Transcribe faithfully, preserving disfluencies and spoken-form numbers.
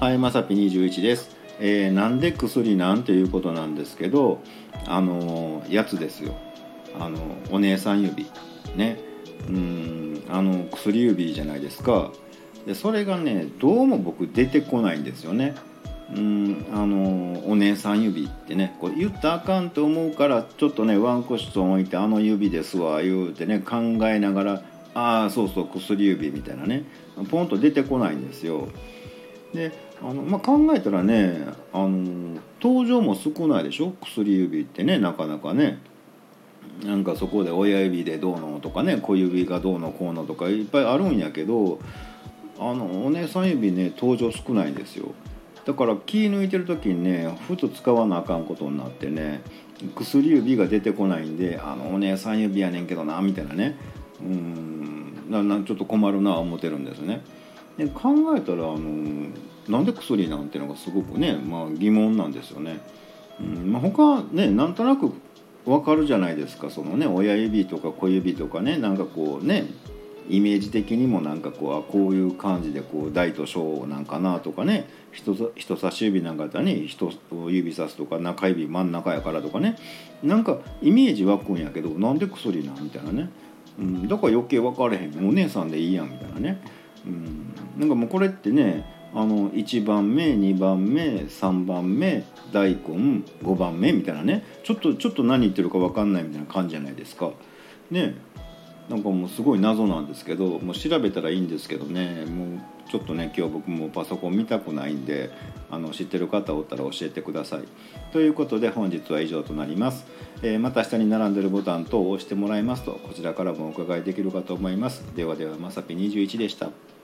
はい、まさぴにじゅういちです。えー、なんで薬なんていうことなんですけど、あのー、やつですよ。あのお姉さん指ね、うーんあの薬指じゃないですか。でそれがね、どうも僕出てこないんですよね。うーんあのお姉さん指ってね、こう言ったらあかんと思うから、ちょっとねワンクッション置いて、あの指ですわ言うてね考えながら、ああそうそう薬指みたいなね、ポンと出てこないんですよ。であの、まあ、考えたらね、あの登場も少ないでしょ、薬指ってね。なかなかね、なんかそこで親指でどうのとかね、小指がどうのこうのとかいっぱいあるんやけど、あのお姉さん指ね登場少ないんですよ。だから気抜いてる時にね、ふと使わなあかんことになってね、薬指が出てこないんで、あのお姉さん指やねんけどなみたいなね、うーんななちょっと困るなあ思ってるんですね。で考えたら、あのなんで薬なんていうのがすごくね、まあ、疑問なんですよね。うんまあ、他ねなんとなくわかるじゃないですか。そのね親指とか小指とかね、なんかこうねイメージ的にもなんかこう、あこういう感じでこう大と小なんかなとかね、 人, 人差し指なんかだったらね、人指さすとか中指真ん中やからとかね、なんかイメージ湧くんやけど、なんで薬なんみたいなね、うん、だから余計分かれへん、お姉さんでいいやんみたいなね、うん、なんかもうこれってね、あのいちばんめにばんめさんばんめ大根ごばんめみたいなね、ちょっとちょっと何言ってるか分かんないみたいな感じじゃないですかね。なんかもうすごい謎なんですけど、もう調べたらいいんですけどね、もうちょっとね今日僕もパソコン見たくないんで、あの知ってる方おったら教えてください。ということで本日は以上となります。えー、また下に並んでるボタン等を押してもらいますと、こちらからもお伺いできるかと思います。ではでは、まさぴにじゅういちでした。